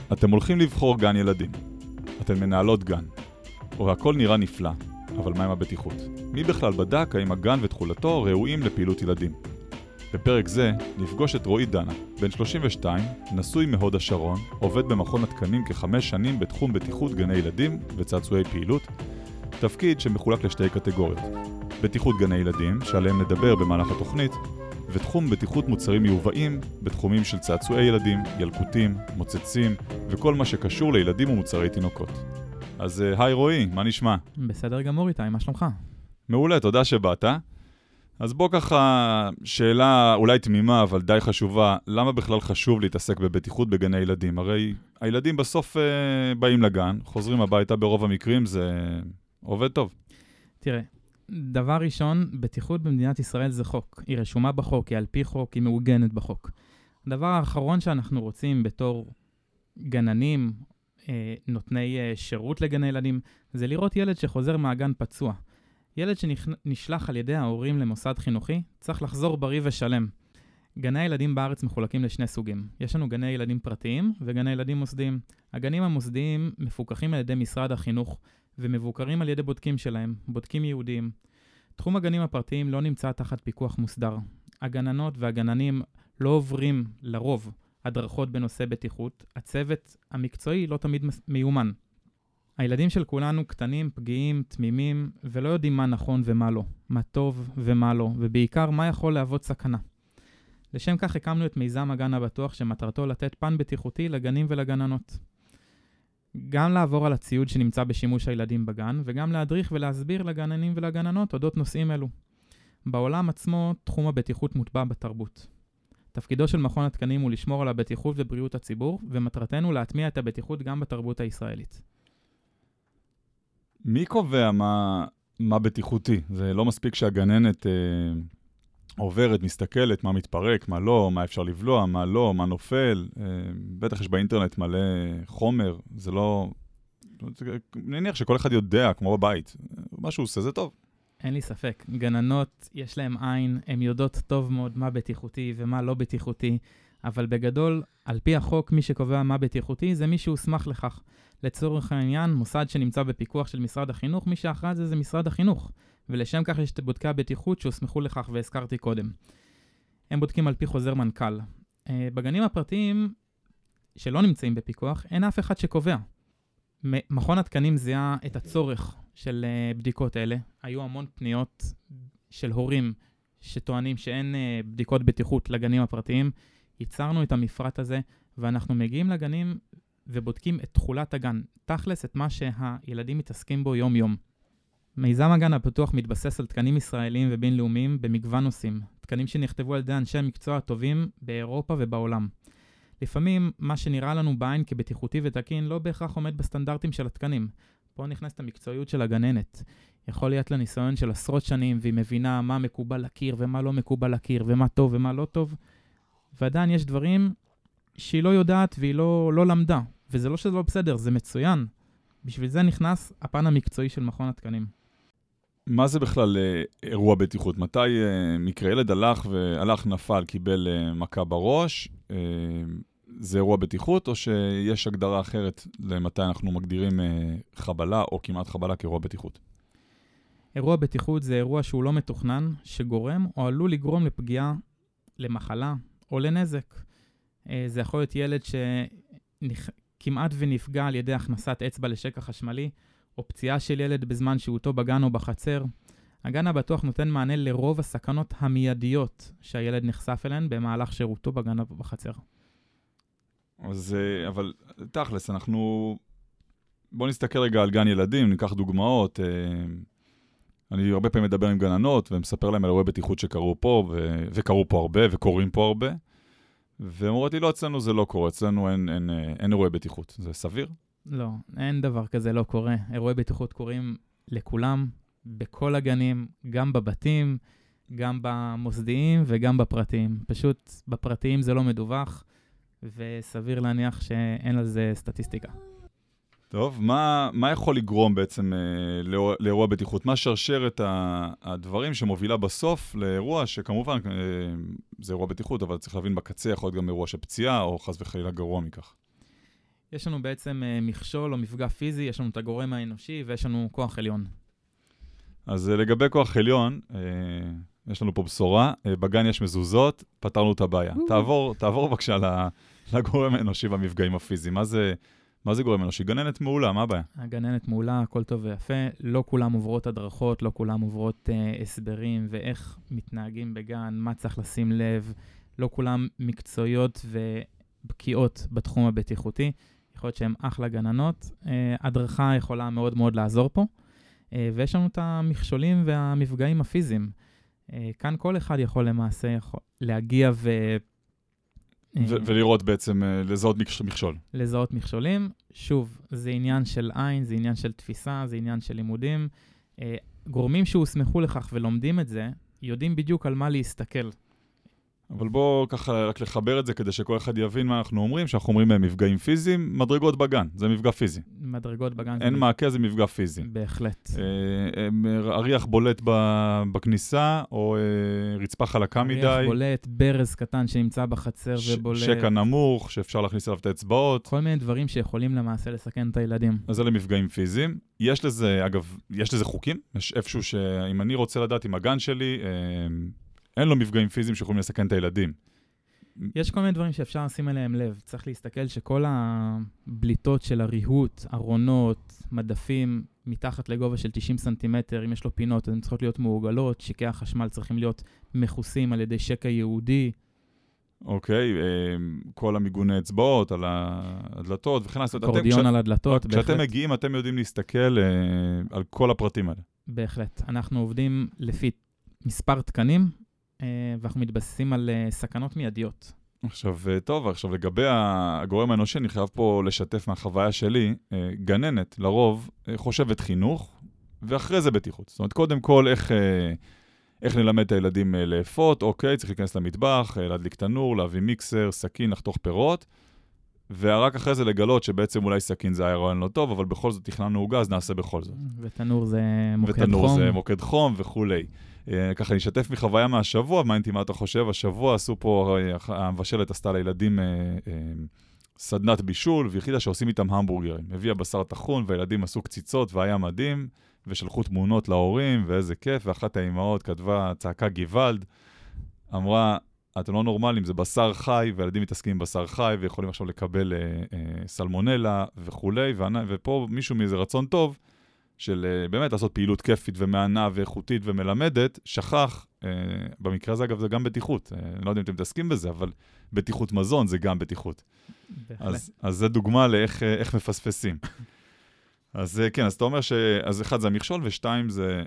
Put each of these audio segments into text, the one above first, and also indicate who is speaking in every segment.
Speaker 1: אתם הולכים לבחור גן ילדים. אתן מנהלות גן. והכל נראה נפלא, אבל מה עם הבטיחות? מי בכלל בדק האם הגן ותכולתו ראויים לפעילות ילדים? בפרק זה נפגוש את רועי דנה, בן 32, נשוי מהוד השרון, עובד במכון התקנים כ5 שנים בתחום בטיחות גני ילדים וצעצועי פעילות, תפקיד שמחולק לשתי קטגוריות. בטיחות גני ילדים, שעליהם נדבר במהלך התוכנית, ותחום בטיחות מוצרים מיובאים בתחומים של צעצועי ילדים, ילקוטים, מוצצים וכל מה שקשור לילדים ומוצרי תינוקות. אז היי רועי, מה נשמע?
Speaker 2: בסדר גמור איתי, מה שלומך?
Speaker 1: מעולה, תודה שבאת. אז בוא ככה, שאלה אולי תמימה אבל די חשובה, למה בכלל חשוב להתעסק בבטיחות בגני ילדים? הרי הילדים בסוף באים לגן, חוזרים הביתה ברוב המקרים, זה עובד טוב.
Speaker 2: תראה, דבר ראשון, בטיחות במדינת ישראל זה חוק. היא רשומה בחוק, היא על פי חוק, היא מעוגנת בחוק. הדבר האחרון שאנחנו רוצים בתור גננים, נותני שירות לגני ילדים, זה לראות ילד שחוזר מהגן פצוע. ילד שנשלח על ידי ההורים למוסד חינוכי, צריך לחזור בריא ושלם. גני הילדים בארץ מחולקים לשני סוגים. יש לנו גני ילדים פרטיים וגני ילדים מוסדיים. הגנים המוסדיים מפוקחים על ידי משרד החינוך, ומבוקרים על ידי בודקים שלהם, בודקים יהודיים. תחום הגנים הפרטיים לא נמצא תחת פיקוח מוסדר. הגננות והגננים לא עוברים לרוב הדרכות בנושא בטיחות. הצוות המקצועי לא תמיד מיומן. הילדים של כולנו קטנים, פגיעים, תמימים, ולא יודעים מה נכון ומה לא, מה טוב ומה לא, ובעיקר מה יכול להוות סכנה. לשם כך הקמנו את מיזם הגן הבטוח, שמטרתו לתת פן בטיחותי לגנים ולגננות. גם לעבור על הציוד שנמצא בשימוש הילדים בגן, וגם להדריך ולהסביר לגננים ולגננות אודות נושאים אלו. בעולם עצמו, תחום הבטיחות מוטבע בתרבות. תפקידו של מכון התקנים הוא לשמור על הבטיחות ובריאות הציבור, ומטרתנו להטמיע את הבטיחות גם בתרבות הישראלית.
Speaker 1: מי קובע מה בטיחותי? זה לא מספיק שהגננת עוברת, מסתכלת, מה מתפרק, מה לא, מה אפשר לבלוע, מה לא, מה נופל. בטח יש באינטרנט מלא חומר, זה לא... נניח שכל אחד יודע, כמו בבית, מה שהוא עושה זה טוב.
Speaker 2: אין לי ספק. גננות, יש להם עין, הן יודעות טוב מאוד מה בטיחותי ומה לא בטיחותי, אבל בגדול, על פי החוק, מי שקובע מה בטיחותי זה מי שהוסמך לכך. לצורך העניין, מוסד שנמצא בפיקוח של משרד החינוך, מי שאחראי זה משרד החינוך. ולשם כך יש את בודקי הבטיחות שהוסמכו לכך והזכרתי קודם. הם בודקים על פי חוזר מנכ"ל. בגנים הפרטיים שלא נמצאים בפיקוח, אין אף אחד שקובע. מכון התקנים זיהה את הצורך של בדיקות אלה. היו המון פניות של הורים שטוענים שאין בדיקות בטיחות לגנים הפרטיים. ייצרנו את המפרט הזה, ואנחנו מגיעים לגנים ובודקים את תכולת הגן. תכלס את מה שהילדים מתעסקים בו יום-יום. מיזם הגן הפתוח מתבסס על תקנים ישראליים ובינלאומיים במגוון נושאים. תקנים שנכתבו על ידי אנשי המקצוע הטובים באירופה ובעולם. לפעמים מה שנראה לנו בעין כבטיחותי ותקין לא בהכרח עומד בסטנדרטים של התקנים. פה נכנסת המקצועיות של הגננת. יכול להיות לה ניסיון של עשרות שנים והיא מבינה מה מקובל להכיר ומה לא מקובל להכיר ומה טוב ומה לא טוב. ועדיין יש דברים שהיא לא יודעת והיא לא למדה. וזה לא שזה לא בסדר, זה מצוין. בשביל זה נכנס הפן המקצועי של מכון התקנים.
Speaker 1: מה זה בכלל אירוע בטיחות? מתי מקרה ילד הלך, נפל, קיבל מכה בראש, זה אירוע בטיחות, או שיש הגדרה אחרת למתי אנחנו מגדירים חבלה או כמעט חבלה כאירוע בטיחות?
Speaker 2: אירוע בטיחות זה אירוע שהוא לא מתוכנן, שגורם או עלול לגרום לפגיעה, למחלה או לנזק. זה יכול להיות ילד שכמעט ונפגע על ידי הכנסת אצבע לשקע חשמלי, או פציעה של ילד בזמן שהותו בגן או בחצר. הגן הבטוח נותן מענה לרוב הסכנות המיידיות שהילד נחשף אליהן במהלך שירותו בגן או בחצר.
Speaker 1: אז, אבל תכלס, בוא נסתכל רגע על גן ילדים, ניקח דוגמאות. אני הרבה פעמים מדבר עם גננות ומספר להם על אירועי בטיחות שקרו פה, וקרו פה הרבה וקורים פה הרבה. והם אומרות לי, לא, אצלנו זה לא קורה, אצלנו אין אירועי בטיחות. זה סביר?
Speaker 2: לא, אין דבר כזה לא קורה. אירועי בטיחות קורים לכולם, בכל הגנים, גם בבתים, גם במוסדיים וגם בפרטיים. פשוט בפרטיים זה לא מדווח, וסביר להניח שאין על זה סטטיסטיקה.
Speaker 1: טוב, מה יכול לגרום בעצם לאירוע בטיחות? מה שרשרת הדברים שמובילה בסוף לאירוע שכמובן זה אירוע בטיחות, אבל צריך להבין בקצה יכול להיות גם אירוע של פציעה או חס וחלילה גרוע מכך.
Speaker 2: יש לנו בעצם מכשול או מפגע פיזי, יש לנו את הגורם האנושי ויש לנו כוח עליון.
Speaker 1: אז לגבי כוח עליון, יש לנו פה בשורה, בגן יש מזוזות, פתרנו את הבעיה. תעבור בבקשה לגורם האנושי והמפגעים הפיזיים. מה זה גורם אנושי? גננת מעולה, מה הבעיה?
Speaker 2: הגננת מעולה, הכל טוב ויפה. לא כולם עוברות הדרכות, לא כולם עוברות הסברים ואיך מתנהגים בגן, מה צריך לשים לב. לא כולם מקצועיות ובקיאות בתחום הבטיחותי. יכול להיות שהן אחלה גננות. הדרכה יכולה מאוד מאוד לעזור פה. ויש לנו את המכשולים והמפגעים הפיזיים. כאן כל אחד יכול למעשה להגיע
Speaker 1: ולראות בעצם, לזהות מכשול.
Speaker 2: לזהות מכשולים. שוב, זה עניין של עין, זה עניין של תפיסה, זה עניין של לימודים. גורמים שהוסמכו לכך ולומדים את זה, יודעים בדיוק על מה להסתכל.
Speaker 1: אבל בואו ככה רק לחבר את זה כדי שכל אחד יבין מה אנחנו אומרים, שאנחנו אומרים מפגעים פיזיים, מדרגות בגן, זה מפגע פיזי.
Speaker 2: מדרגות בגן.
Speaker 1: אין מעקה, זה מפגע פיזי.
Speaker 2: בהחלט.
Speaker 1: אריח בולט בכניסה, או רצפה חלקה מדי.
Speaker 2: אריח בולט, ברז קטן שנמצא בחצר ובולט.
Speaker 1: שקע נמוך, שאפשר להכניס אליו את האצבעות.
Speaker 2: כל מיני דברים שיכולים למעשה לסכן את הילדים.
Speaker 1: אז זה למפגעים פיזיים. יש לזה, אגב, יש לזה חוקים. יש איפשהו שאם אני רוצה לדעת עם הגן שלי, אין לו מפגעים פיזיים שיכולים לסכן את הילדים.
Speaker 2: יש כל מיני דברים שאפשר לשים אליהם לב. צריך להסתכל שכל הבליטות של הריהוט, ארונות, מדפים, מתחת לגובה של 90 סנטימטר, אם יש לו פינות, הן צריכות להיות מעוגלות, שקעי החשמל צריכים להיות מכוסים על ידי שקע יהודי.
Speaker 1: אוקיי, כל המיגוני אצבעות על הדלתות וכן הלאה.
Speaker 2: קורדיון על הדלתות, בהחלט.
Speaker 1: כשאתם מגיעים, אתם יודעים להסתכל על כל הפרטים האלה.
Speaker 2: בהחלט. אנחנו עובדים לפי מספר תקנים, ואנחנו מתבססים על סכנות מיידיות.
Speaker 1: עכשיו, טוב, עכשיו לגבי הגורם האנושי, אני חייב פה לשתף מהחוויה שלי, גננת, לרוב, חושבת חינוך, ואחרי זה בטיחות. זאת אומרת, קודם כל, איך נלמד את הילדים לאפות, אוקיי, צריך להיכנס למטבח, להדליק תנור, להביא מיקסר, סכין, לחתוך פירות, ורק אחרי זה לגלות שבעצם אולי סכין זה היה רעיון לא טוב, אבל בכל זאת תכננו עוגה, אז נעשה בכל זאת.
Speaker 2: ותנור זה מוקד חום.
Speaker 1: ותנור זה מוקד חום וכולי. ככה, אני אשתף מחוויה מהשבוע, מעיינתי מה אתה חושב, השבוע עשו פה, המבשלת עשתה לילדים סדנת בישול, והחליטה שעושים איתם המבורגרים. הביאה בשר טחון, והילדים עשו קציצות, והיה מדהים, ושלחו תמונות להורים, ואיזה כיף, ואחת האימהות כתבה, צעקה גיוולד, אמרה, אתם לא נורמלים, זה בשר חי, וילדים מתעסקים עם בשר חי, ויכולים עכשיו לקבל סלמונלה וכולי, ופה מישהו מאיזה רצון טוב, של באמת לעשות פעילות כיפית ומענה ואיכותית ומלמדת, שכח, במקרה הזה אגב זה גם בטיחות, אני לא יודע אם אתם מתעסקים בזה, אבל בטיחות מזון זה גם בטיחות. אז זה דוגמה לאיך מפספסים. אז כן, אז אתה אומר אז אחד זה המכשול, ושתיים זה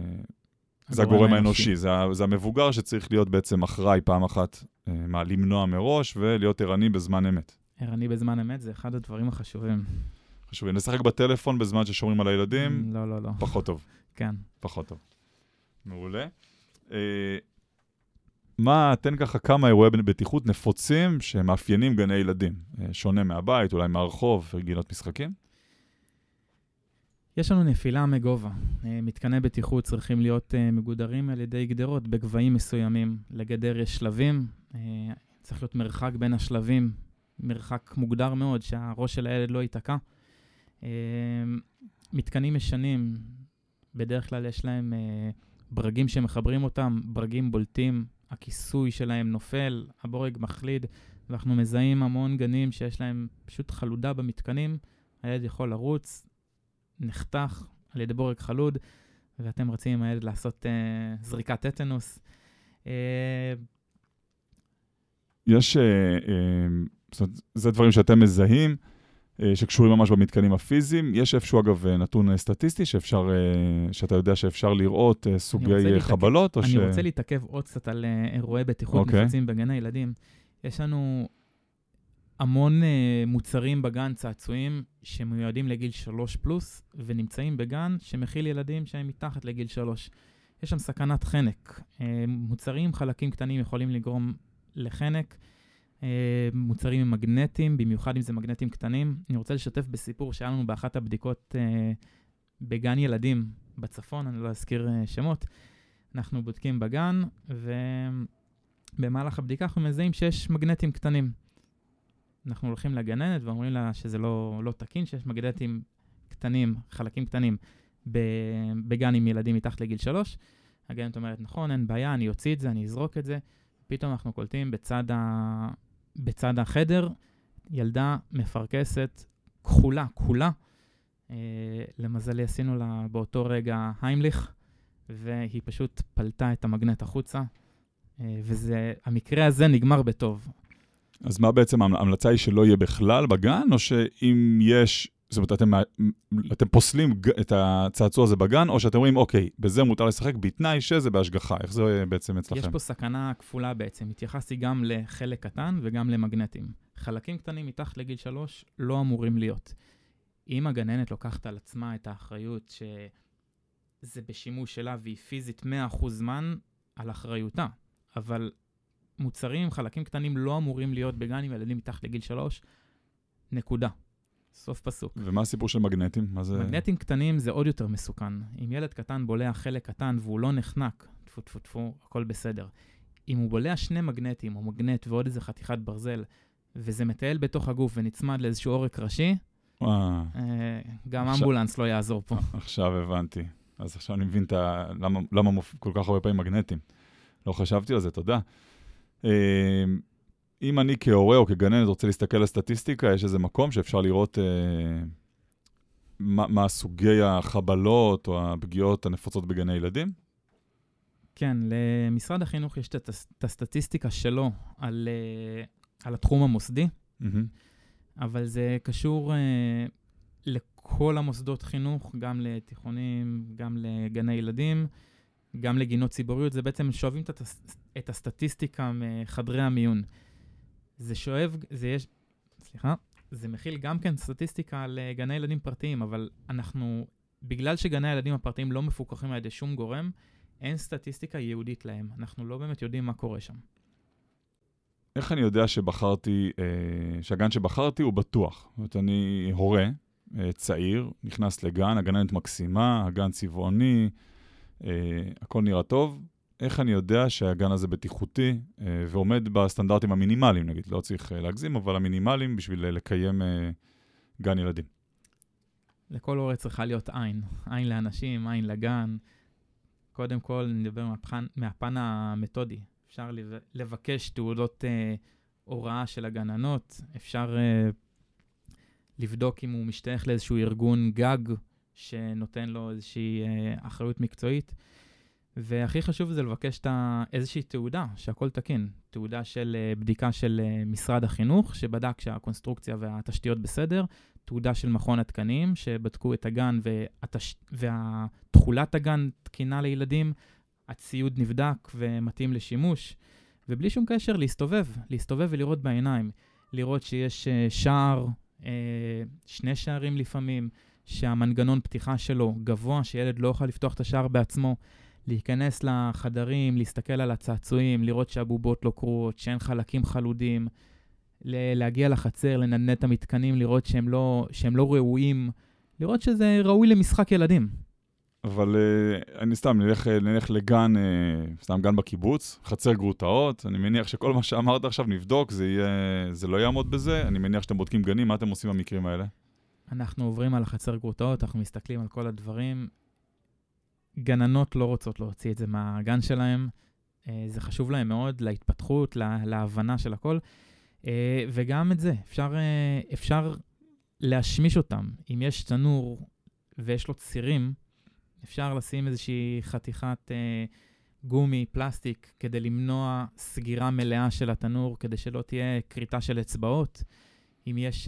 Speaker 1: הגורם האנושי, זה המבוגר שצריך להיות בעצם אחראי פעם אחת, למנוע מראש ולהיות ערני בזמן אמת.
Speaker 2: ערני בזמן אמת זה אחד הדברים החשובים.
Speaker 1: חשובים. נשחק בטלפון בזמן ששומרים על הילדים?
Speaker 2: לא.
Speaker 1: פחות טוב.
Speaker 2: כן.
Speaker 1: פחות טוב. מעולה. תן ככה כמה אירועי בטיחות נפוצים שמאפיינים גני ילדים. שונה מהבית, אולי מהרחוב, גינות משחקים?
Speaker 2: יש לנו נפילה מגובה. מתקני בטיחות צריכים להיות מגודרים על ידי גדרות בגבהים מסוימים. לגדר יש שלבים, צריך להיות מרחק בין השלבים, מרחק מוגדר מאוד שהראש של הילד לא ייתקע. מתקנים ישנים, בדרך כלל יש להם ברגים שמחברים אותם, ברגים בולטים, הכיסוי שלהם נופל, הבורג מחליד, ואנחנו מזהים המון גנים שיש להם פשוט חלודה במתקנים, הילד יכול לרוץ, נחתך על ידי בורג חלוד, ואתם רצים עם הילד לעשות זריקת טטנוס.
Speaker 1: יש, זה דברים שאתם מזהים, שקשורים ממש במתקנים הפיזיים. יש איפשהו, אגב, נתון סטטיסטי שאתה יודע שאפשר לראות סוגי חבלות?
Speaker 2: אני רוצה להתעכב עוד קצת על אירועי בטיחות נפוצים בגני הילדים. יש לנו המון מוצרים בגן צעצועים שמיועדים לגיל 3 פלוס, ונמצאים בגן שמכיל ילדים שהם מתחת לגיל 3. יש שם סכנת חנק. מוצרים, חלקים קטנים יכולים לגרום לחנק. מוצרים עם מגנטים, במיוחד אם זה מגנטים קטנים. אני רוצה לשתף בסיפור שהיה לנו באחת הבדיקות בגן ילדים בצפון, אני לא אזכיר שמות. אנחנו בודקים בגן, ובמהלך הבדיקה אנחנו מזהים שיש מגנטים קטנים. אנחנו הולכים לגננת ואומרים לה שזה לא תקין, שיש מגנטים קטנים, חלקים קטנים, בגן עם ילדים מתחת לגיל 3. הגננת אומרת, נכון, אין בעיה, אני אוציא את זה, אני אזרוק את זה. פתאום אנחנו קולטים בצד החדר, ילדה מפרכסת, כחולה. למזלי עשינו לה באותו רגע היימליך, והיא פשוט פלטה את המגנט החוצה, המקרה הזה נגמר בטוב.
Speaker 1: אז מה בעצם, ההמלצה היא שלא יהיה בכלל בגן, או שאם יש, זאת אומרת, אתם פוסלים את הצעצוע הזה בגן, או שאתם אומרים, אוקיי, בזה מותר לשחק, בתנאי שזה בהשגחה. איך זה בעצם אצלכם?
Speaker 2: יש פה סכנה כפולה בעצם. התייחסתי גם לחלק קטן וגם למגנטים. חלקים קטנים מתחת לגיל 3 לא אמורים להיות. אם הגננת לוקחת על עצמה את האחריות שזה בשימוש שלה והיא פיזית 100% זמן על אחריותה, אבל מוצרים, חלקים קטנים לא אמורים להיות בגן עם ילדים מתחת לגיל 3, נקודה. סוף פסוק.
Speaker 1: ומה הסיפור של מגנטים?
Speaker 2: מגנטים קטנים זה עוד יותר מסוכן. אם ילד קטן בולע חלק קטן והוא לא נחנק, טפו, הכל בסדר. אם הוא בולע 2 מגנטים או מגנט ועוד איזה חתיכת ברזל, וזה מטייל בתוך הגוף ונצמד לאיזשהו עורק ראשי, גם אמבולנס לא יעזור פה.
Speaker 1: עכשיו הבנתי. אז עכשיו אני מבין למה כל כך הרבה פעמים מגנטים. לא חשבתי על זה, תודה. אם אני כהורה או כגננת רוצה להסתכל על סטטיסטיקה, יש איזה מקום שאפשר לראות מה סוגי החבלות או הפגיעות הנפוצות בגני ילדים?
Speaker 2: כן, למשרד החינוך יש את הסטטיסטיקה שלו על התחום המוסדי, אבל זה קשור לכל המוסדות חינוך, גם לתיכונים, גם לגני ילדים, גם לגינות ציבוריות. זה בעצם שואבים את הסטטיסטיקה מחדרי המיון. זה מכיל גם כן סטטיסטיקה על גני ילדים פרטיים, אבל בגלל שגני הילדים הפרטיים לא מפוקחים על ידי שום גורם, אין סטטיסטיקה ייעודית להם. אנחנו לא באמת יודעים מה קורה שם.
Speaker 1: איך אני יודע שהגן שבחרתי הוא בטוח? זאת אומרת, אני הורה, צעיר, נכנס לגן, הגננת מקסימה, הגן צבעוני, הכל נראה טוב. איך אני יודע שהגן הזה בטיחותי ועומד בסטנדרטים המינימליים, נגיד, לא צריך להגזים, אבל המינימליים בשביל לקיים גן ילדים?
Speaker 2: לכל הורה צריכה להיות עין לאנשים, עין לגן. קודם כל נדבר מהפן המתודי. אפשר לבקש תעודות הוראה של הגננות, אפשר לבדוק אם הוא משתייך לאיזשהו ארגון גג שנותן לו איזושהי אחריות מקצועית. והכי חשוב זה לבקש איזושהי תעודה שהכל תקין. תעודה של בדיקה של משרד החינוך, שבדק שהקונסטרוקציה והתשתיות בסדר. תעודה של מכון התקנים, שבדקו את הגן והתחולת הגן תקינה לילדים. הציוד נבדק ומתאים לשימוש. ובלי שום קשר להסתובב ולראות בעיניים. לראות שיש שער, 2 שערים לפעמים, שהמנגנון פתיחה שלו גבוה, שילד לא יוכל לפתוח את השער בעצמו. להיכנס לחדרים, להסתכל על הצעצועים, לראות שהבובות לא קרועות, שאין חלקים חלודים, להגיע לחצר, לנדנד את המתקנים, לראות שהם לא ראויים, לראות שזה ראוי למשחק ילדים.
Speaker 1: אבל אני נלך לגן, סתם גן בקיבוץ, חצר גרוטאות, אני מניח שכל מה שאמרת עכשיו נבדוק, זה לא יעמוד בזה, אני מניח שאתם בודקים גנים, מה אתם עושים במקרים האלה?
Speaker 2: אנחנו עוברים על החצר גרוטאות, אנחנו מסתכלים על כל הדברים, גננות לא רוצות להוציא את זה מהגן שלהם, זה חשוב להם מאוד, להתפתחות, להבנה של הכל, וגם את זה, אפשר להשמיש אותם. אם יש תנור ויש לו צירים, אפשר לשים איזושהי חתיכת גומי, פלסטיק, כדי למנוע סגירה מלאה של התנור, כדי שלא תהיה קריטה של אצבעות. אם יש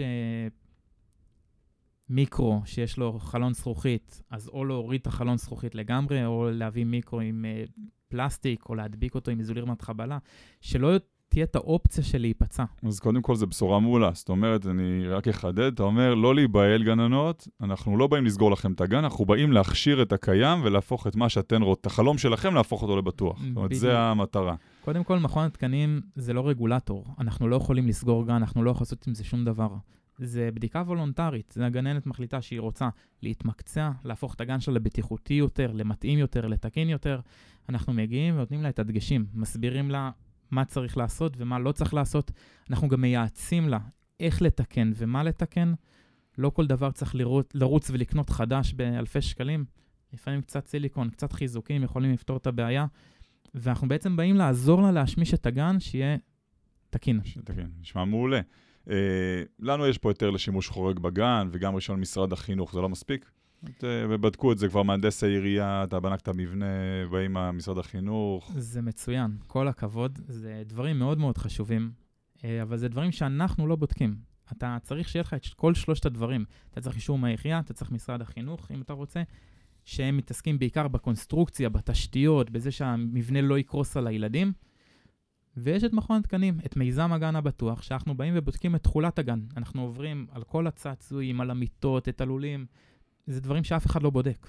Speaker 2: מיקרו שיש לו חלון זכוכית, אז או להוריד את החלון זכוכית לגמרי, או להביא מיקרו עם פלסטיק, או להדביק אותו עם איזוליר חבלה, שלא תהיה את האופציה של להיפצע.
Speaker 1: אז קודם כל זה בשורה מעולה. זאת אומרת, אני רק אחדד, אתה אומר, לא להיבהל גננות, אנחנו לא באים לסגור לכם את הגן, אנחנו באים להכשיר את הקיים ולהפוך את מה שאתן רואות, את החלום שלכם להפוך אותו לבטוח. זאת אומרת, זה המטרה.
Speaker 2: קודם כל, מכון התקנים זה לא רגולטור. אנחנו לא יכולים לסגור גן, אנחנו לא יכולים לעשות עם זה שום דבר. זה בדיקה וולונטרית. זה הגננת מחליטה שהיא רוצה להתמקצע, להפוך את הגן שלה לבטיחותי יותר, למתאים יותר, לתקין יותר. אנחנו מגיעים ונותנים לה את הדגשים, מסבירים לה מה צריך לעשות ומה לא צריך לעשות. אנחנו גם מייעצים לה איך לתקן ומה לתקן. לא כל דבר צריך לרוץ ולקנות חדש באלפי שקלים. לפעמים קצת סיליקון, קצת חיזוקים יכולים לפתור את הבעיה, ואנחנו בעצם באים לעזור לה להשמיש את הגן שיהיה תקין.
Speaker 1: תקין, נשמע מעולה. לנו יש פה יותר לשימוש חורג בגן, וגם ראשון משרד החינוך, זה לא מספיק? ובדקו את זה כבר מהנדס העירייה, אתה בנק את המבנה, באים משרד החינוך.
Speaker 2: זה מצוין, כל הכבוד. זה דברים מאוד מאוד חשובים, אבל זה דברים שאנחנו לא בודקים. אתה צריך שיהיה לך את כל שלושת הדברים. אתה צריך אישור מהעירייה, אתה צריך משרד החינוך, אם אתה רוצה, שהם מתעסקים בעיקר בקונסטרוקציה, בתשתיות, בזה שהמבנה לא יקרוס על הילדים. ויש את מכון התקנים, את מיזם הגן הבטוח, שאנחנו באים ובודקים את תכולת הגן. אנחנו עוברים על כל הצעצועים, על המיטות, את הלולים. זה דברים שאף אחד לא בודק.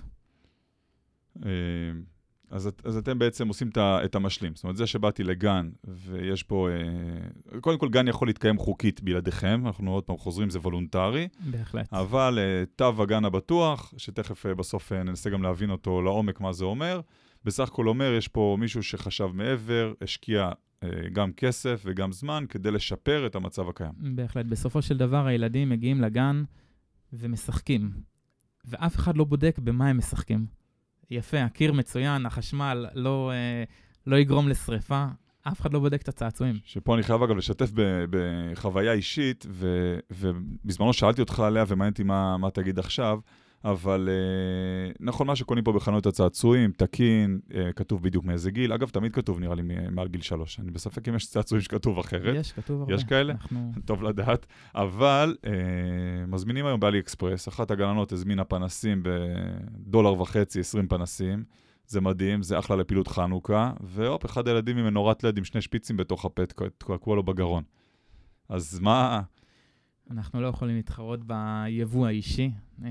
Speaker 1: אז אתם בעצם עושים את המשלים. זאת אומרת, זה שבאתי לגן, ויש פה... קודם כל, גן יכול להתקיים חוקית בלעדיכם. אנחנו עוד פעם חוזרים, זה וולונטרי.
Speaker 2: בהחלט.
Speaker 1: אבל תו הגן הבטוח, שתכף בסוף ננסה גם להבין אותו לעומק מה זה אומר. בסך הכל אומר, יש פה מישהו שחשב מעבר, השקיע גם כסף וגם זמן, כדי לשפר את המצב הקיים.
Speaker 2: בהחלט. בסופו של דבר, הילדים מגיעים לגן ומשחקים. ואף אחד לא בודק במה הם משחקים. יפה, הקיר מצוין, החשמל לא יגרום לשריפה, אף אחד לא בודק את הצעצועים.
Speaker 1: שפה אני חייב אגב לשתף בחוויה אישית, ובזמנו שאלתי אותך עליה ומעניינתי מה תגיד עכשיו, אבל נכון מה שקונים פה בחנות הצעצועים, תקין, כתוב בדיוק מאיזה גיל, אגב תמיד כתוב נראה לי מעל גיל 3, אני בספק אם יש צעצועים שכתוב אחרת.
Speaker 2: יש, כתוב הרבה.
Speaker 1: יש כאלה? טוב לדעת, אבל מזמינים היום באלי אקספרס, אחת הגננות הזמינה פנסים $1.50, 20 פנסים, זה מדהים, זה אחלה לפעילות חנוכה, והופ, אחד הילדים עם מנורת לד עם 2 שפיצים בתוך הפה, תקוע לו בגרון. אז מה...
Speaker 2: אנחנו לא יכולים להתחרות ביבוא האישי.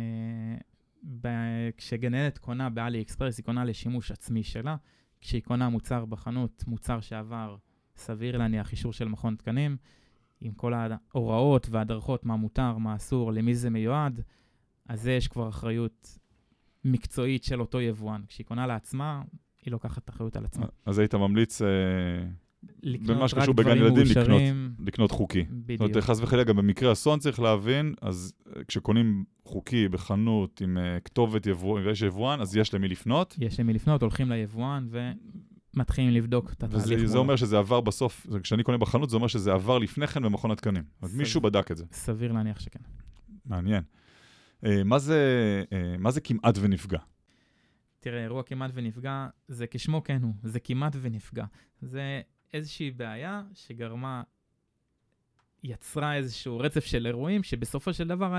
Speaker 2: כשגננת קונה באלי אקספרס, היא קונה לשימוש עצמי שלה. כשהיא קונה מוצר בחנות, מוצר שעבר סביר להניח אישור של מכון תקנים, עם כל ההוראות והדרכות, מה מותר, מה אסור, למי זה מיועד, אז זה יש כבר אחריות מקצועית של אותו יבואן. כשהיא קונה לעצמה, היא לוקחת אחריות על עצמה.
Speaker 1: אז היית ממליץ... במה שקשור בגן ילדים לקנות חוקי.
Speaker 2: בדיוק.
Speaker 1: זאת אומרת, חס וחלילה, גם במקרה אסון צריך להבין, אז כשקונים חוקי בחנות עם כתובת ויש יבואן, אז יש למי לפנות.
Speaker 2: יש למי לפנות, הולכים ליבואן ומתחילים לבדוק את התהליך.
Speaker 1: וזה אומר שזה עבר בסוף, כשאני קונה בחנות, זה אומר שזה עבר לפני כן במכון התקנים. אז מישהו בדק את זה.
Speaker 2: סביר להניח שכן.
Speaker 1: מעניין. מה זה כמעט ונפגע?
Speaker 2: תראה, אירוע כמעט ונפגע, זה כשמו כן הוא, זה כמעט ונפגע. זה איזושהי בעיה שגרמה, יצרה איזשהו רצף של אירועים, שבסופו של דבר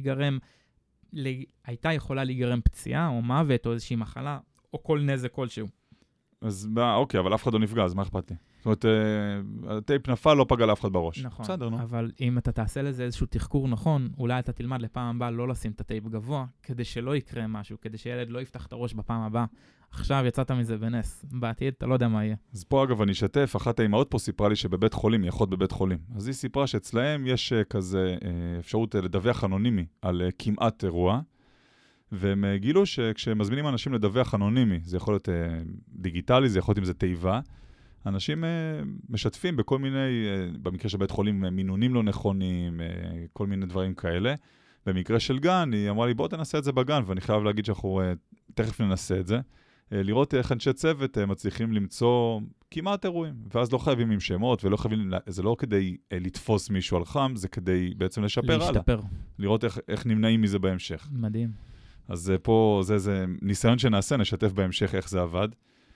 Speaker 2: הייתה יכולה להיגרם פציעה או מוות או איזושהי מחלה, או כל נזק כלשהו.
Speaker 1: אז אוקיי, אבל אף אחד לא נפגע, אז מה אכפת לי? זאת אומרת, הטייפ נפל, לא פגע לאף אחד בראש.
Speaker 2: נכון,
Speaker 1: בסדר, נו.
Speaker 2: אבל אם אתה תעשה לזה איזשהו תחקור נכון, אולי אתה תלמד לפעם הבאה לא לשים את הטייפ גבוה, כדי שלא יקרה משהו, כדי שילד לא יפתח את הראש בפעם הבאה. עכשיו יצאת מזה בנס, בעתיד אתה לא יודע מה יהיה.
Speaker 1: אז פה אגב אני אשתף, אחת האמהות פה סיפרה לי שבבית חולים, היא אחות בבית חולים. אז היא סיפרה שאצלהם יש כזה אפשרות לדווח אנונימי על כמעט אירוע, והם גילו שכשמזמינים אנשים לדווח אנונימי, זה יכול להיות דיגיטלי, זה יכול להיות אם זה תיבה, אנשים משתפים בכל מיני, במקרה של בית חולים, מינונים לא נכונים, כל מיני דברים כאלה. במקרה של גן, היא אמרה לי, בוא תנסה את זה בגן, ואני חייב להגיד שאנחנו תכף ננסה את זה. לראות איך אנשי צוות מצליחים למצוא כמעט אירועים, ואז לא חייבים עם שמות, ולא חייבים, זה לא כדי לתפוס מישהו על חם, זה כדי בעצם לשפר הלאה. לראות איך נמנעים מזה בהמשך.
Speaker 2: מדהים.
Speaker 1: אז פה, זה ניסיון שנעשה, נשתף בהמשך איך זה עבד.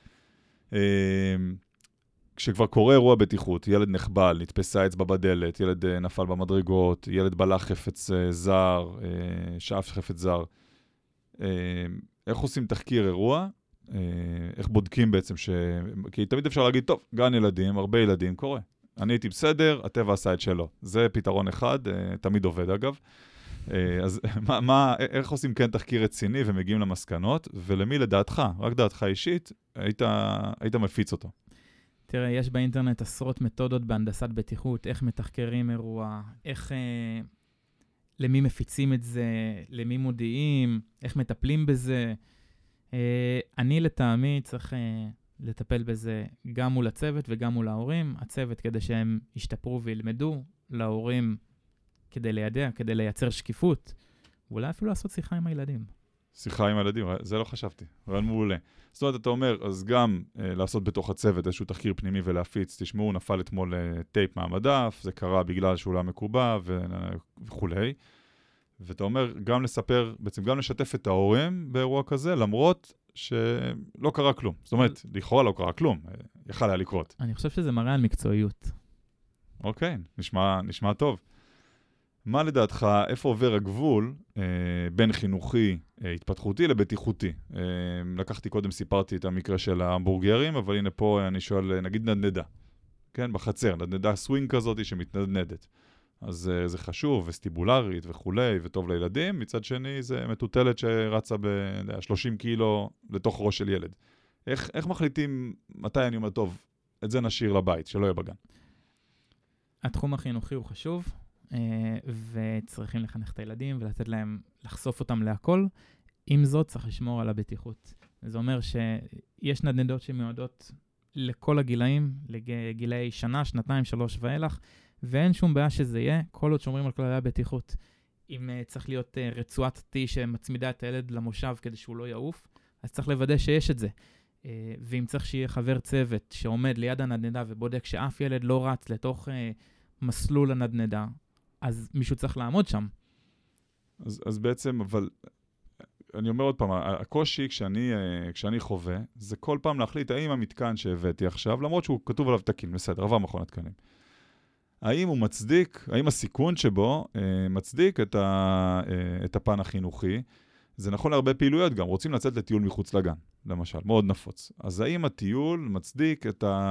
Speaker 1: כשכבר קורה אירוע בטיחות, ילד נחבל, נתפסה אצבע בדלת, ילד נפל במדרגות, ילד בלח חפץ זר, שאף חפץ זר. איך עושים תחקיר אירוע? איך בודקים בעצם כי תמיד אפשר להגיד, טוב, גן ילדים, הרבה ילדים, קורה. אני הייתי בסדר, הטבע עשה את שלו. זה פתרון אחד, תמיד עובד אגב. אז איך עושים כן תחקיר רציני ומגיעים למסקנות, ולמי לדעתך, רק דעתך אישית, היית מפיץ אותו?
Speaker 2: תראה, יש באינטרנט עשרות מתודות בהנדסת בטיחות, איך מתחקרים אירוע, למי מפיצים את זה, למי מודיעים, איך מטפלים בזה. אני לטעמי צריך לטפל בזה גם מול הצוות וגם מול ההורים. הצוות כדי שהם ישתפרו וילמדו, להורים כדי לידע, כדי לייצר שקיפות, ואולי אפילו לעשות שיחה עם הילדים.
Speaker 1: שיחה עם הילדים, זה לא חשבתי, רעיון מעולה. זאת אומרת, אתה אומר, אז גם לעשות בתוך הצוות איזשהו תחקיר פנימי ולהפיץ, תשמעו, נפל אתמול טייפ מהמדף, זה קרה בגלל שהוא לא מקובע וכולי. ואתה אומר, גם לספר, בעצם גם לשתף את ההורים באירוע כזה, למרות שלא קרה כלום. זאת אומרת, לכאורה לא קרה כלום, יכל היה לקרות.
Speaker 2: אני חושב שזה מראה על מקצועיות.
Speaker 1: אוקיי, נשמע טוב. מה לדעתך, איפה עובר הגבול בין חינוכי, התפתחותי לבטיחותי? לקחתי קודם, סיפרתי את המקרה של ההמבורגרים, אבל הנה פה אני שואל, נגיד נדנדה, כן, בחצר, נדנדה סווינג כזאת שמתנדנדת. אז זה חשוב וסטיבולרית וכולי, וטוב לילדים. מצד שני, זה מטוטלת שרצה ב-30 קילו לתוך ראש של ילד. איך מחליטים, מתי אני אומר, טוב, את זה נשאיר לבית, שלא יהיה בגן?
Speaker 2: התחום החינוכי הוא חשוב, וצריכים לחנך את הילדים ולתת להם, לחשוף אותם להכל. עם זאת, צריך לשמור על הבטיחות. זה אומר שיש נדנדות שמיועדות לכל הגילאים, לגילאי שנה, שנתיים, 3 ואילך, ואין שום בעיה שזה יהיה, כל עוד שומרים על כללי הבטיחות. אם צריך להיות רצועת T שמצמידה את הילד למושב כדי שהוא לא יעוף, אז צריך לוודא שיש את זה. ואם צריך שיהיה חבר צוות שעומד ליד הנדנדה ובודק שאף ילד לא רץ לתוך מסלול הנדנדה, אז מישהו צריך לעמוד שם.
Speaker 1: אז בעצם, אבל אני אומר עוד פעם, הקושי כשאני חווה, זה כל פעם להחליט האם המתקן שהבאתי עכשיו, למרות שהוא כתוב עליו תקין, בסדר, עבר מכון התקנים. האם הוא מצדיק, האם הסיכון שבו מצדיק את הפן החינוכי? זה נכון להרבה פעילויות גם, רוצים לצאת לטיול מחוץ לגן, למשל, מאוד נפוץ. אז האם הטיול מצדיק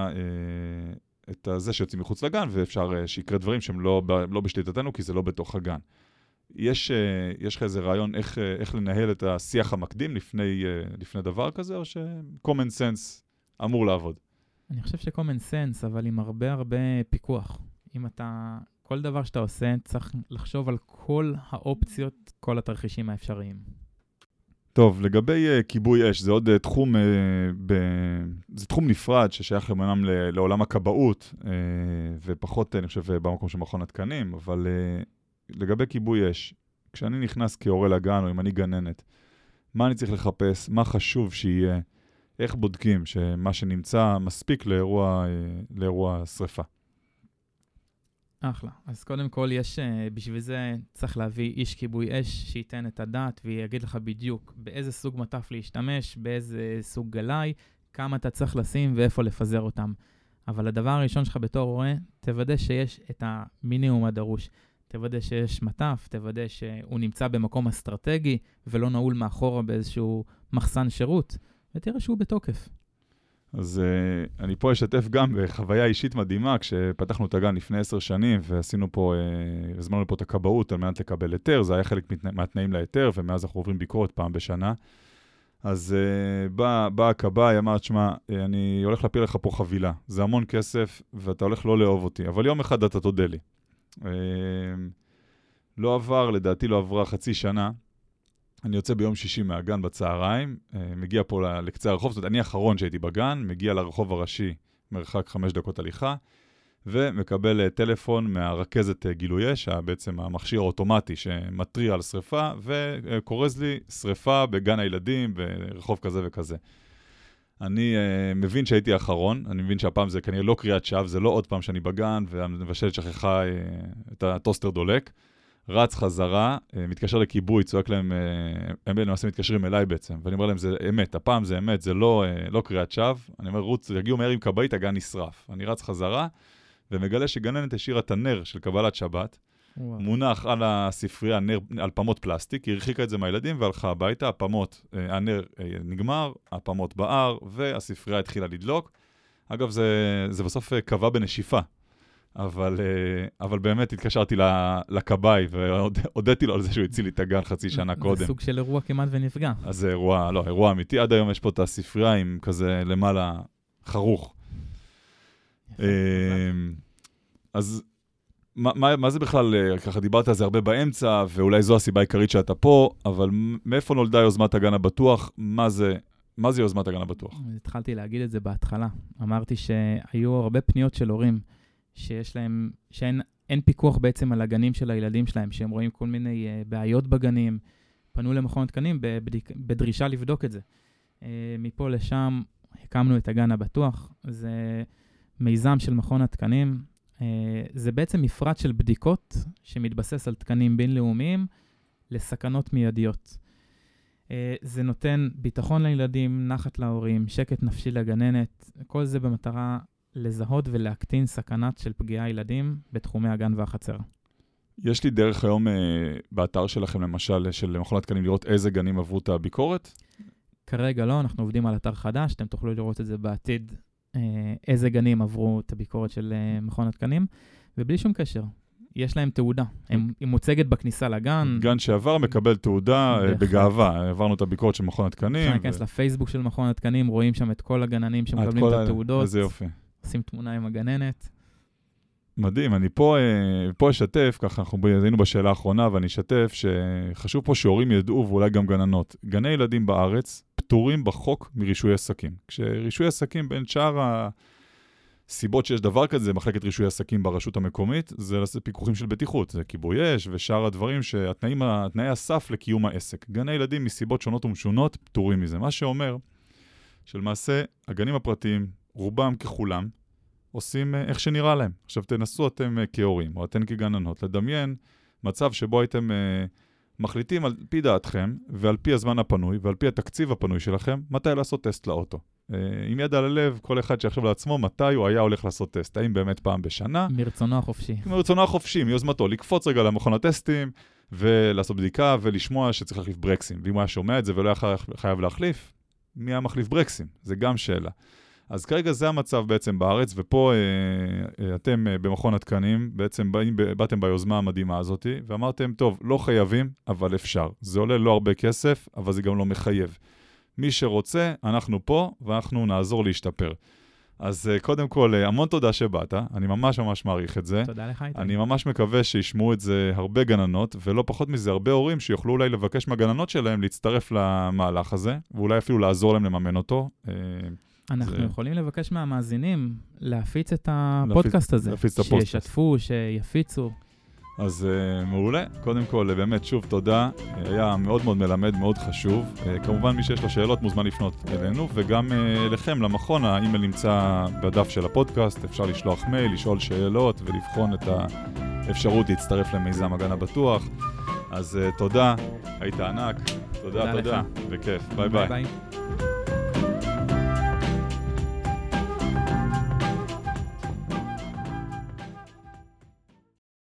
Speaker 1: את זה שיוצאים מחוץ לגן, ואפשר שיקרה דברים שהם לא בשליטתנו, כי זה לא בתוך הגן. יש לך איזה רעיון איך לנהל את השיח המקדים לפני דבר כזה, או ש-common sense אמור לעבוד?
Speaker 2: אני חושב ש-common sense, אבל עם הרבה פיקוח. אם כל דבר שאתה עושה, צריך לחשוב על כל האופציות, כל התרחישים האפשריים.
Speaker 1: טוב, לגבי כיבוי אש, זה עוד תחום, זה תחום נפרד ששייך למנם לעולם הכבאות, ופחות, אני חושב, במקום של מכון התקנים, אבל לגבי כיבוי אש, כשאני נכנס כהורה לגן, או אם אני גננת, מה אני צריך לחפש, מה חשוב שיהיה, איך בודקים שמה שנמצא מספיק לאירוע שריפה?
Speaker 2: אחלה. אז קודם כל בשביל זה צריך להביא איש כיבוי אש שייתן את הדעת ויגיד לך בדיוק באיזה סוג מטף להשתמש, באיזה סוג גלאי, כמה אתה צריך לשים ואיפה לפזר אותם. אבל הדבר הראשון שלך בתור רואה, תוודא שיש את המינימום הדרוש. תוודא שיש מטף, תוודא שהוא נמצא במקום אסטרטגי ולא נעול מאחורה באיזשהו מחסן שירות, ותראה שהוא בתוקף.
Speaker 1: אז אני פה אשתף גם בחוויה אישית מדהימה, כשפתחנו את הגן לפני 10 שנים, ועשינו פה, הזמנו פה את הכבאות על מנת לקבל היתר, זה היה חלק מהתנאים להיתר, ומאז אנחנו עוברים ביקורת פעם בשנה. אז בא הכבאי, אמרת, שמה, אני הולך להפיל לך פה חבילה, זה המון כסף, ואתה הולך לא לאהוב אותי, אבל יום אחד אתה תודה לי. לדעתי לא עברה חצי שנה, אני יוצא ביום שישי מהגן בצהריים, מגיע פה לקצה הרחוב, זאת אומרת, אני האחרון שהייתי בגן, מגיע לרחוב הראשי, מרחק 5 דקות הליכה, ומקבל טלפון מהרכזת גילוי אש, בעצם המכשיר האוטומטי שמטריע על שריפה, וקורז לי שריפה בגן הילדים, ברחוב כזה וכזה. אני מבין שהייתי האחרון, אני מבין שהפעם זה כנראה לא קריאת שווא, זה לא עוד פעם שאני בגן, והמבשלת שכחה את הטוסטר דולק, רץ חזרה, מתקשר לכיבוי, צועק להם, הם למעשה מתקשרים אליי בעצם, ואני אומר להם, זה אמת, הפעם זה אמת, זה לא קריאת שווא, אני אומר, רוץ, יגיעו מהר עם כבאית, הגן נשרף. אני רץ חזרה, ומגלה שגננת השאירה את הנר של קבלת שבת, מונח על הספרייה, נר על פמות פלסטיק, היא הרחיקה את זה מהילדים והלכה הביתה, הנר נגמר, הפמות בער, והספרייה התחילה לדלוק. אגב, זה בסוף קבע בנשיפה. אבל באמת התקשרתי לקבאי, והודיתי לו על זה שהוא הציל לי את הגן חצי שנה קודם.
Speaker 2: זה סוג של אירוע כמעט ונפגע.
Speaker 1: אז זה אירוע אמיתי. עד היום יש פה את הספרייה עם כזה למעלה חרוך. אז מה זה בכלל, ככה דיברת על זה הרבה באמצע, ואולי זו הסיבה העיקרית שאתה פה, אבל מאיפה נולדה יוזמת הגן הבטוח? מה זה יוזמת הגן הבטוח?
Speaker 2: התחלתי להגיד את זה בהתחלה. אמרתי שהיו הרבה פניות של הורים, שאין אין פיקוח בעצם על הגנים של הילדים שלהם, שהם רואים כל מיני בעיות בגנים, פנו למכון התקנים בדרישה לבדוק את זה. מפה לשם הקמנו את הגן הבטוח, זה מיזם של מכון התקנים, זה בעצם מפרט של בדיקות שמתבסס על תקנים בינלאומיים לסכנות מיידיות. זה נותן ביטחון לילדים, נחת להורים, שקט נפשי לגננת, כל זה במטרה לזהות ולהקטין סכנת של פגיעה ילדים בתחומי הגן והחצר.
Speaker 1: יש לי דרך היום באתר שלכם, למשל, של מכון התקנים, לראות איזה גנים עברו את הביקורת?
Speaker 2: כרגע לא, אנחנו עובדים על אתר חדש, אתם תוכלו לראות את זה בעתיד, איזה גנים עברו את הביקורת של מכון התקנים, ובלי שום קשר. יש להם תעודה, היא מוצגת בכניסה לגן.
Speaker 1: גן שעבר מקבל תעודה בגאווה, עברנו את הביקורת של מכון התקנים.
Speaker 2: אפשר להיכנס לפייסבוק של מכון התקנים, רואים שם את כל הגננים שמקבלים את התעודות.
Speaker 1: איזה יופי.
Speaker 2: עושים תמונה עם הגננת.
Speaker 1: מדהים, אני פה אשתף, ככה אנחנו היינו בשאלה האחרונה, ואני אשתף שחשוב פה שהורים ידעו, ואולי גם גננות. גני ילדים בארץ פטורים בחוק מרישוי עסקים. כשרישוי עסקים בין שאר הסיבות שיש דבר כזה, מחלקת רישוי עסקים ברשות המקומית, זה פיקוחים של בטיחות, זה כיבוי אש ושאר הדברים תנאי הסף לקיום העסק. גני ילדים מסיבות שונות ומשונות פטורים מזה. מה שאומר שלמעשה הגנים הפרטיים, רובם ככולם, עושים איך שנראה להם. עכשיו תנסו אתם כהורים, או אתן כגננות, לדמיין מצב שבו הייתם מחליטים על פי דעתכם, ועל פי הזמן הפנוי, ועל פי התקציב הפנוי שלכם, מתי לעשות טסט לאוטו. עם יד על הלב, כל אחד שיחשוב לעצמו, מתי הוא היה הולך לעשות טסט. האם באמת פעם בשנה?
Speaker 2: מרצונו החופשי.
Speaker 1: מרצונו החופשי, מיוזמתו, לקפוץ רגע למכון הטסטים, ולעשות בדיקה, ולשמוע שצריך להחליף ברקסים. ואם הוא היה שומע את זה ולא היה חייב להחליף, מי היה מחליף ברקסים? זה גם שאלה. אז כרגע זה המצב בעצם בארץ, ופה אתם במכון התקנים, בעצם באתם ביוזמה המדהימה הזאת, ואמרתם, טוב, לא חייבים, אבל אפשר. זה עולה לא הרבה כסף, אבל זה גם לא מחייב. מי שרוצה, אנחנו פה, ואנחנו נעזור להשתפר. אז קודם כל, המון תודה שבאת, אני ממש ממש מעריך את זה.
Speaker 2: תודה לך, איתי.
Speaker 1: אני ממש מקווה שישמעו את זה הרבה גננות, ולא פחות מזה הרבה הורים שיוכלו אולי לבקש מהגננות שלהם להצטרף למהלך הזה, ואולי אפילו לעזור להם לממן אותו.
Speaker 2: אנחנו יכולים לבקש מהמאזינים להפיץ את הפודקאסט הזה, שישתפו, שיפיצו.
Speaker 1: אז מעולה. קודם כל, באמת, שוב תודה. היה מאוד מאוד מלמד, מאוד חשוב. כמובן, מי שיש לו שאלות מוזמן לפנות אלינו, וגם לכם, למכון, האימייל נמצא בדף של הפודקאסט. אפשר לשלוח מייל, לשאול שאלות ולבחון את האפשרות להצטרף למיזם הגן הבטוח. אז תודה, היית ענק. תודה. בכיף. ביי ביי.